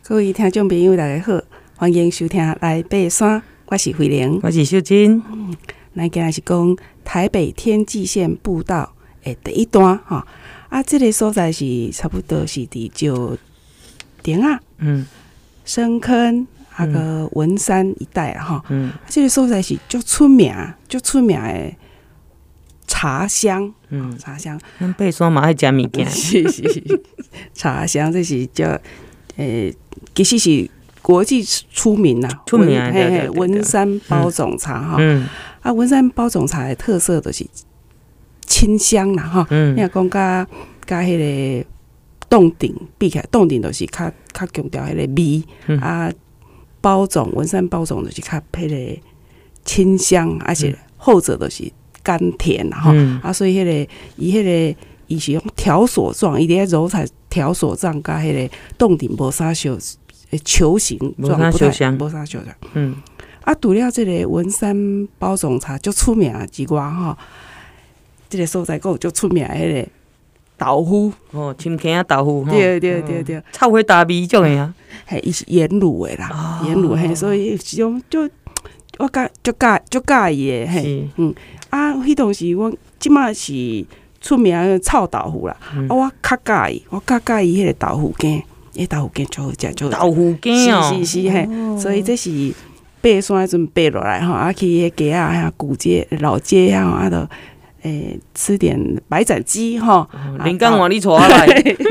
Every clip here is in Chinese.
各位听众朋友，大家好，欢迎收听《来爬山》，我是慧玲， 我是秀珍。 咱今日是讲台北天际线步道的第一段哈。这个所在是差不多是伫石碇啊，深坑个文山一带啦哈。这个所在是足出名的茶香，茶香。 咱爬山嘛爱食物件， 是茶香，这是叫其实是国际出名啦， 出名的文山包种茶哈。文山包种茶的特色就是清香啦哈。你若讲甲迄个冻顶比起来，冻顶就是较强调迄个味包种文山包种就是较迄个清香，而且后者就是甘甜啦哈。所以伊是用条索状，伊伫咧揉彩条索状，甲迄个冻顶无啥相球形状，无啥相像。除了这个文山包种茶足出名之外吼，这个所在还有足出名的迄个豆腐深坑仔豆腐对， 臭花大味种的啊， 伊是盐卤的啦，盐卤嘿，所以是种我足介意的嘿，迄当时我即马是出名的臭豆腐啦，我较介意迄个豆腐羹，豆腐羹足好食， 豆腐羹哦， 是嘿，所以这是爬山迄阵爬落来吼，去迄街啊，古街老街啊，就吃点白斩鸡吼。 林刚往你带来，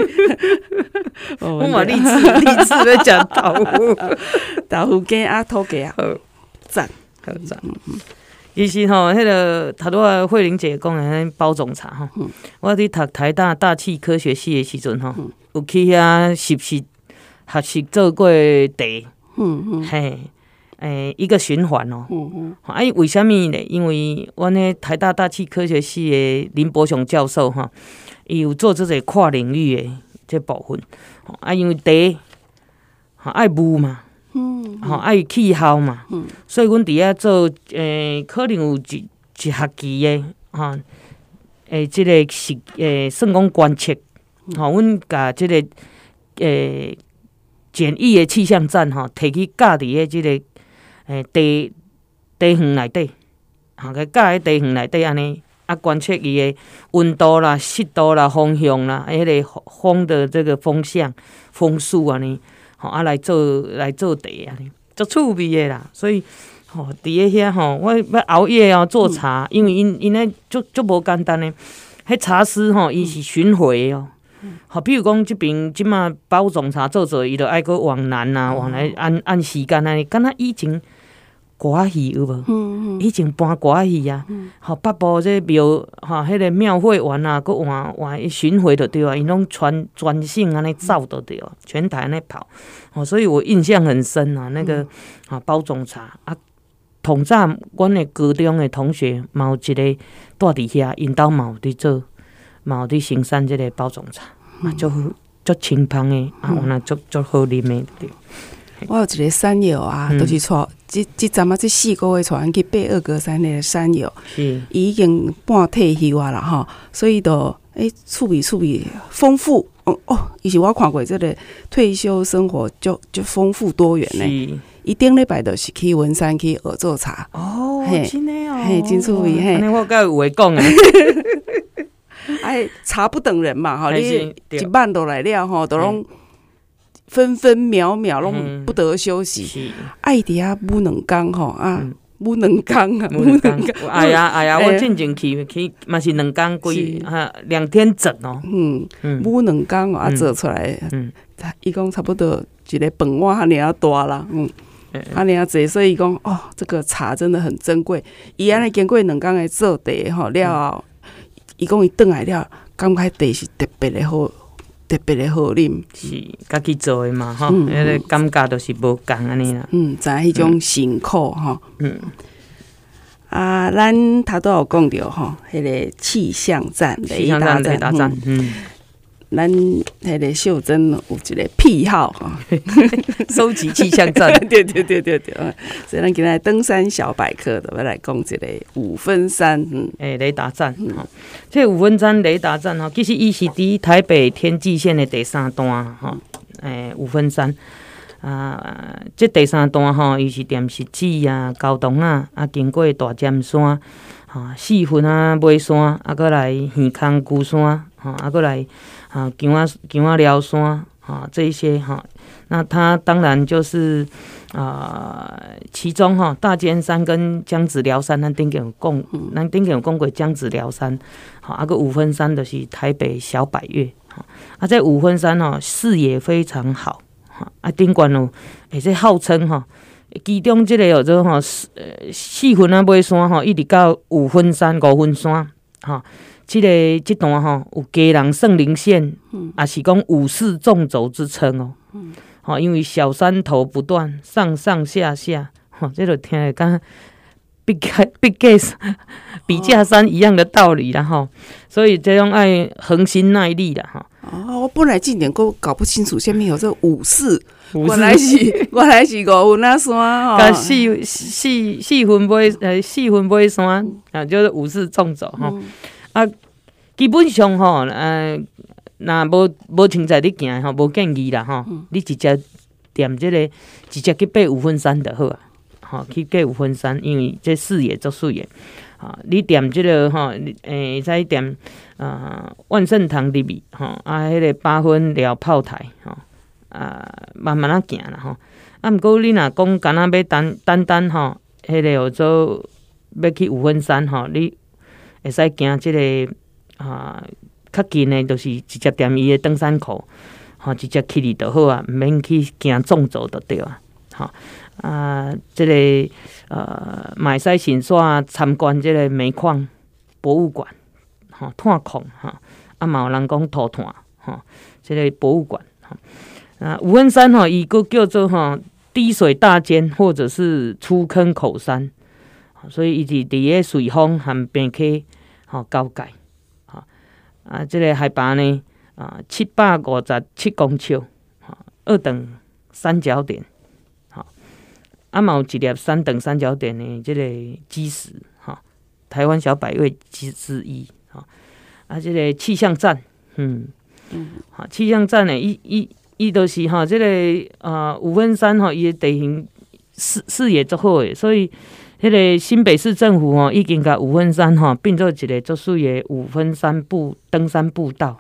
我嘛励志咧食豆腐羹土鸡啊，赞。 其实吼，迄个头拄仔慧玲姐讲的迄包种茶吼，我伫读台大大气科学系的时阵吼，有去遐学习做过茶，一个循环哦。为什么呢？因为阮迄台大大气科学系的林伯雄教授哈，伊有做这个跨领域的这部分。因为茶爱雾嘛。爱气候嘛，所以阮伫遐做可能有一学期的即个算讲观测，阮甲即个简易的气象站摕去架伫咧即个地园内底，甲架喺地园内底安尼观测伊的温度啦、湿度啦、风向啦，迄个风的这个风向、风速安尼。来做茶安尼，足趣味的啦。所以伫咧遐我要熬夜做茶，因为因迄足无简单的。迄茶师伊是巡回哦。比如讲即边即马包种茶做，伊就爱搁往南啊，往来按时间安尼，敢若以前歌戏有无？以前搬歌戏啊，北部这庙迄个庙会完啊，搁换巡回就对啊，因拢专省安尼走就对啊，全台安尼跑，所以我印象很深啊。那个包种茶啊，同早阮的高中的同学嘛有一个住伫遐，因兜嘛有伫做，嘛有伫生产这个包种茶，足清芳的，原来足好啉的对。 我有一个山友啊，都是带这阵这4个月带咱去爬二哥山那个山友，已经半退休啊啦吼，所以都趣味丰富伊是我看过这个退休生活就丰富多元呢。伊顶礼拜就是去文山去学做茶真的哦， 真趣味安尼我敢有话讲啊。 茶不等人嘛吼，你一晚都来了吼，都拢。分分秒秒拢不得休息，爱伫遐舞两工吼舞两工。 哎呀，我进前去嘛是2工2天整哦。 舞2工做出来，伊讲差不多一个饭碗遐尔大啦，遐尔济，所以讲这个茶真的很珍贵。伊安尼经过2工的做茶吼了后，伊讲伊转来了，感觉茶是特别的好。特别的好啉， 是家己做的嘛，迄个感觉就是无共安尼啦。 知迄种辛苦吼。咱头拄有讲到吼，迄个气象站雷达站，咱迄个秀珍有一个癖好收集气象站。 对。所以咱今日登山小百科就要来讲一个五分山， 雷达站。这五分山雷达站其实伊是伫台北天际线的第3段五分山。 这第3段吼，伊是踮石子啊、高洞啊，经过大尖山、四分啊、尾山，过来耳空孤山，过来姜仔寮山，这一些那它当然就是其中大尖山跟江子寮山，咱顶前有讲过江子寮山，个五分山就是台北小百岳，这五分山视野非常好。顶悬有，这号称其中这个叫做4分啊尾山一直到5分山、5分山这段有家人圣陵线，也是讲武士纵轴之称因为小山头不断，上上下下，这就听来跟笔架山一样的道理啦所以这种爱恒心耐力啦我本来这点都搞不清楚，下面有这武士，原来是5分啊山甲四分尾山就是武士纵轴基本上那无凊彩你行无建议啦你直接踮这个直接去爬5分山就好去爬5分山，因为这视野足水的你踮这个会使踮万圣堂入面迄个8分寮炮台慢慢行啦毋过你若讲敢若要单迄个做要去5分山你会使行这个较近的，就是直接踮伊的登山口直接去哩就好毋免去行纵轴就对这个嘛会使先煞参观这个煤矿博物馆探矿嘛有人讲土炭这个博物馆5分山伊佫叫做滴水大尖或者是出坑口山，所以伊是伫个水峰和平溪交界这个海拔呢757公尺2等三角点嘛有一粒3等三角点的这个基石台湾小百岳之一这个气象站气象站呢伊就是这个5分山伊的地形视野足好的，所以迄个新北市政府已经甲5分山变做一个足水的5分山登山步道，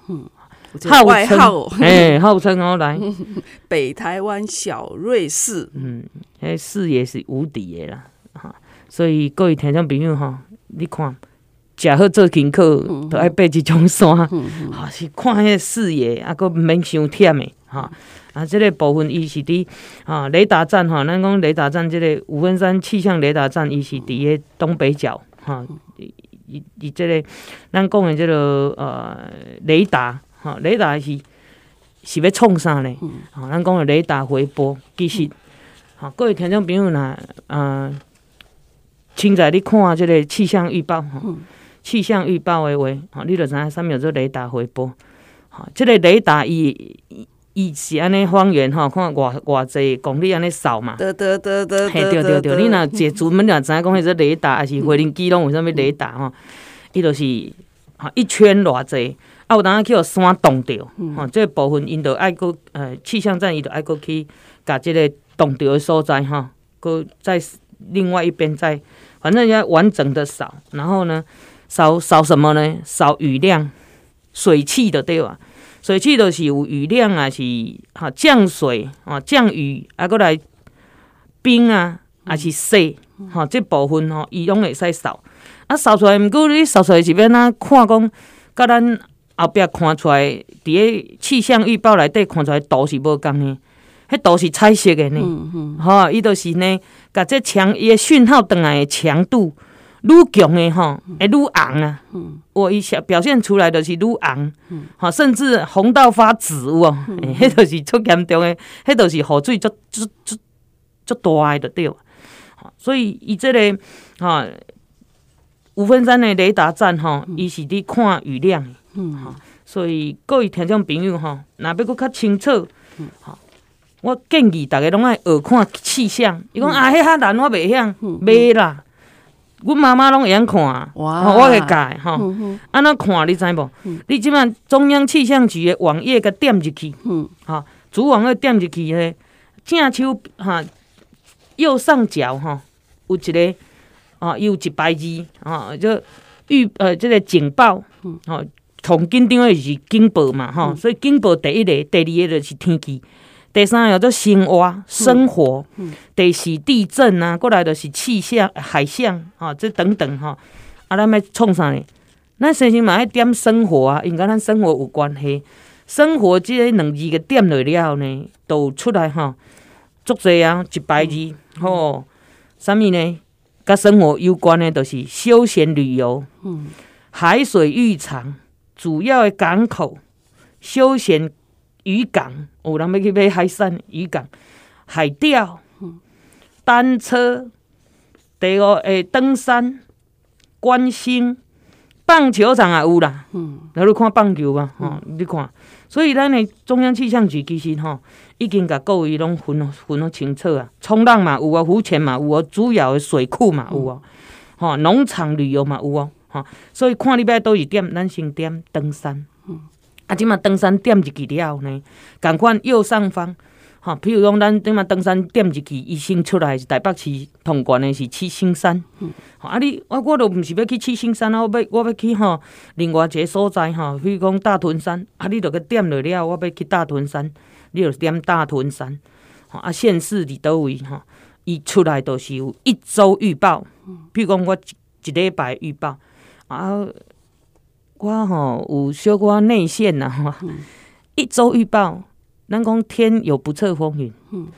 号称来北台湾小瑞士， 迄视野是无敌的啦所以各位听众朋友你看食好做功课，都爱爬这种山是看迄个视野还佫毋免伤忝的这个部分伊是伫雷达站咱讲雷达站，这个5分山气象雷达站伊是伫个东北角伊这个咱讲的这个雷达雷达是要创啥呢咱讲的雷达回波，其实各位听众朋友若凊彩你看这个气象预报气象预报的话你就知影啥物叫做雷达回波这个雷达伊是安尼方圆看偌济公里安尼扫嘛，对，你若坐船门就知影讲迄个雷达，还是回零机拢有啥物雷达伊就是一圈偌济有当去互山挡着这个部分因就爱佫气象站伊就爱佫去甲这个挡着的所在佫在另外一边再反正要完整的扫，然后呢扫什么呢？扫雨量、水汽的对吧？水汽就是有雨量啊，是降水降雨过来冰还是雪这部分伊拢会使扫扫出来。毋过你扫出来是要哪看讲，甲咱后壁看出来，伫个气象预报内底看出来图是无共呢？迄图是彩色的呢，伊就是呢，甲这伊的讯号转来的强度愈强的会愈红伊表现出来就是愈红甚至红到发紫迄就是足严重的，迄就是雨水足大的就对。所以伊这个5分山的雷达站伊是伫看雨量的所以各位听众朋友若要佫较清楚我建议大家拢爱学看气象。伊讲迄较难我袂晓，袂啦。阮妈妈拢会晓看我会教安怎看你知无？你即摆中央气象局的网页甲点入去主网页点入去咧， 正手哈右上角哈有一个有一排字就这个警报从紧张的是警报嘛所以警报第一个，第二个就是天气，第三个叫做生活生活，第四地震啊，过来就是气象海象这等等咱要创啥呢？咱先嘛要点生活啊，因为咱生活有关系。生活这个2字个点落了呢，就出来足侪啊，一排字啥物呢？甲生活有关的，就是休闲旅游，海水浴场，主要的港口，休闲渔港，有人要去买海产渔港，海钓，单车，第5登山，观星。棒球场也有啦，然后你看棒球嘛，你看，所以咱的中央气象局其实已经甲各位拢分好清楚啊。冲浪嘛有啊，浮潜嘛有哦，主要的水库嘛有哦，农场旅游嘛有哦，所以看你要倒一点，咱先点登山。即马登山点入去了呢，同款右上方。譬如讲，咱即马登山点入去，伊先出来是台北市同县的是七星山。我都毋是要去七星山我要去另外一个所在比如讲大屯山你就去点落了，我要去大屯山，你就点大屯山。县市伫倒位伊出来就是有1周预报。比如讲我一礼拜预报我有小可内线啦1周预报。咱讲天有不测风云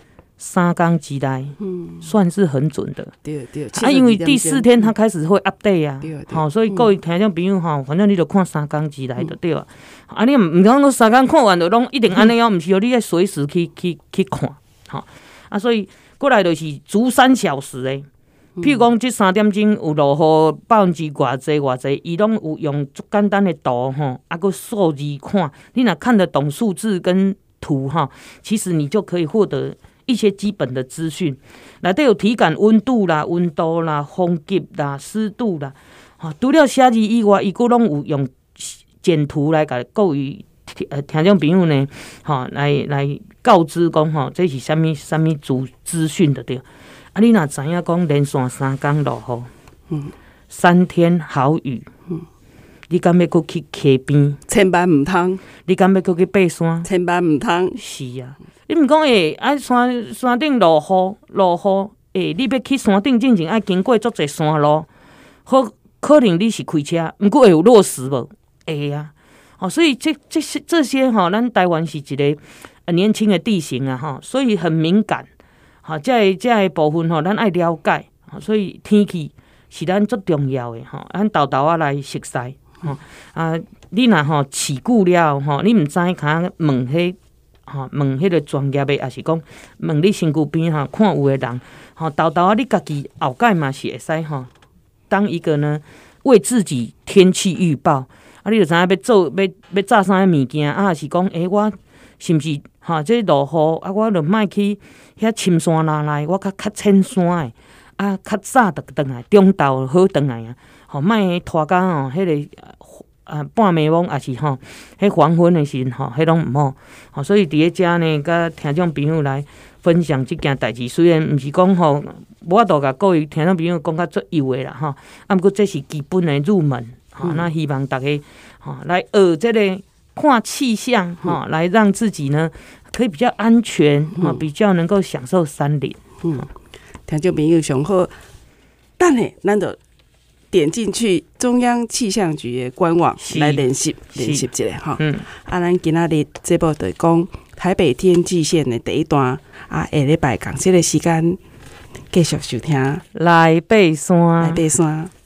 ，3天之内，算是很准的。 对， 因为第4天它开始会 update 啊，所以各位听众朋友反正你就看3天之内就对了。你唔讲说3天看完就拢一定安尼毋是你要随时去看，所以过来就是逐3小时的。譬如讲，这3点钟有落雨%偌济，伊拢有用足简单的图个数字看，你若看得懂数字跟图其实你就可以获得一些基本的资讯。内底有体感温度啦、温度啦、风急啦、湿度啦，除了写字以外，伊佫拢有用简图来甲各位听众朋友呢，来告知讲这是啥物资讯的对。你若知影讲连续3天落雨，3天好雨。你敢要去溪边？ 千万唔通！ 你敢要去爬山？ 千万唔通！ 是啊，你毋讲山顶落雨，你要去山顶进前爱经过足侪山路，可能你是开车，毋过会有落石无？会啊！所以这些咱台湾是一个年轻的地形啊所以很敏感。这个部分咱爱了解，所以天气是咱最重要的咱豆豆来熟悉。你若饲久了你毋知影问迄个专业的，也是讲问你身躯边看有的人豆豆你家己后盖嘛是会使当一个呢为自己天气预报你就知影要炸啥物件也是讲我是毋是这落雨我就莫去遐深山内我较浅山的较早就转来，中昼好转来莫拖到迄个半暝晡，也是迄黄昏的时阵迄拢毋好所以伫咧遮呢，甲听众朋友来分享即件代志。虽然毋是讲无法度甲各位听众朋友讲较足幼的啦毋过这是基本的入门那希望大家来学这个看气象来让自己呢可以比较安全比较能够享受山林。 听众朋友上好，等下咱就点进去中央气象局的官网来练习一下咱今仔日节目就讲台北天际线的第1段下礼拜同这个时间继续收听来爬山。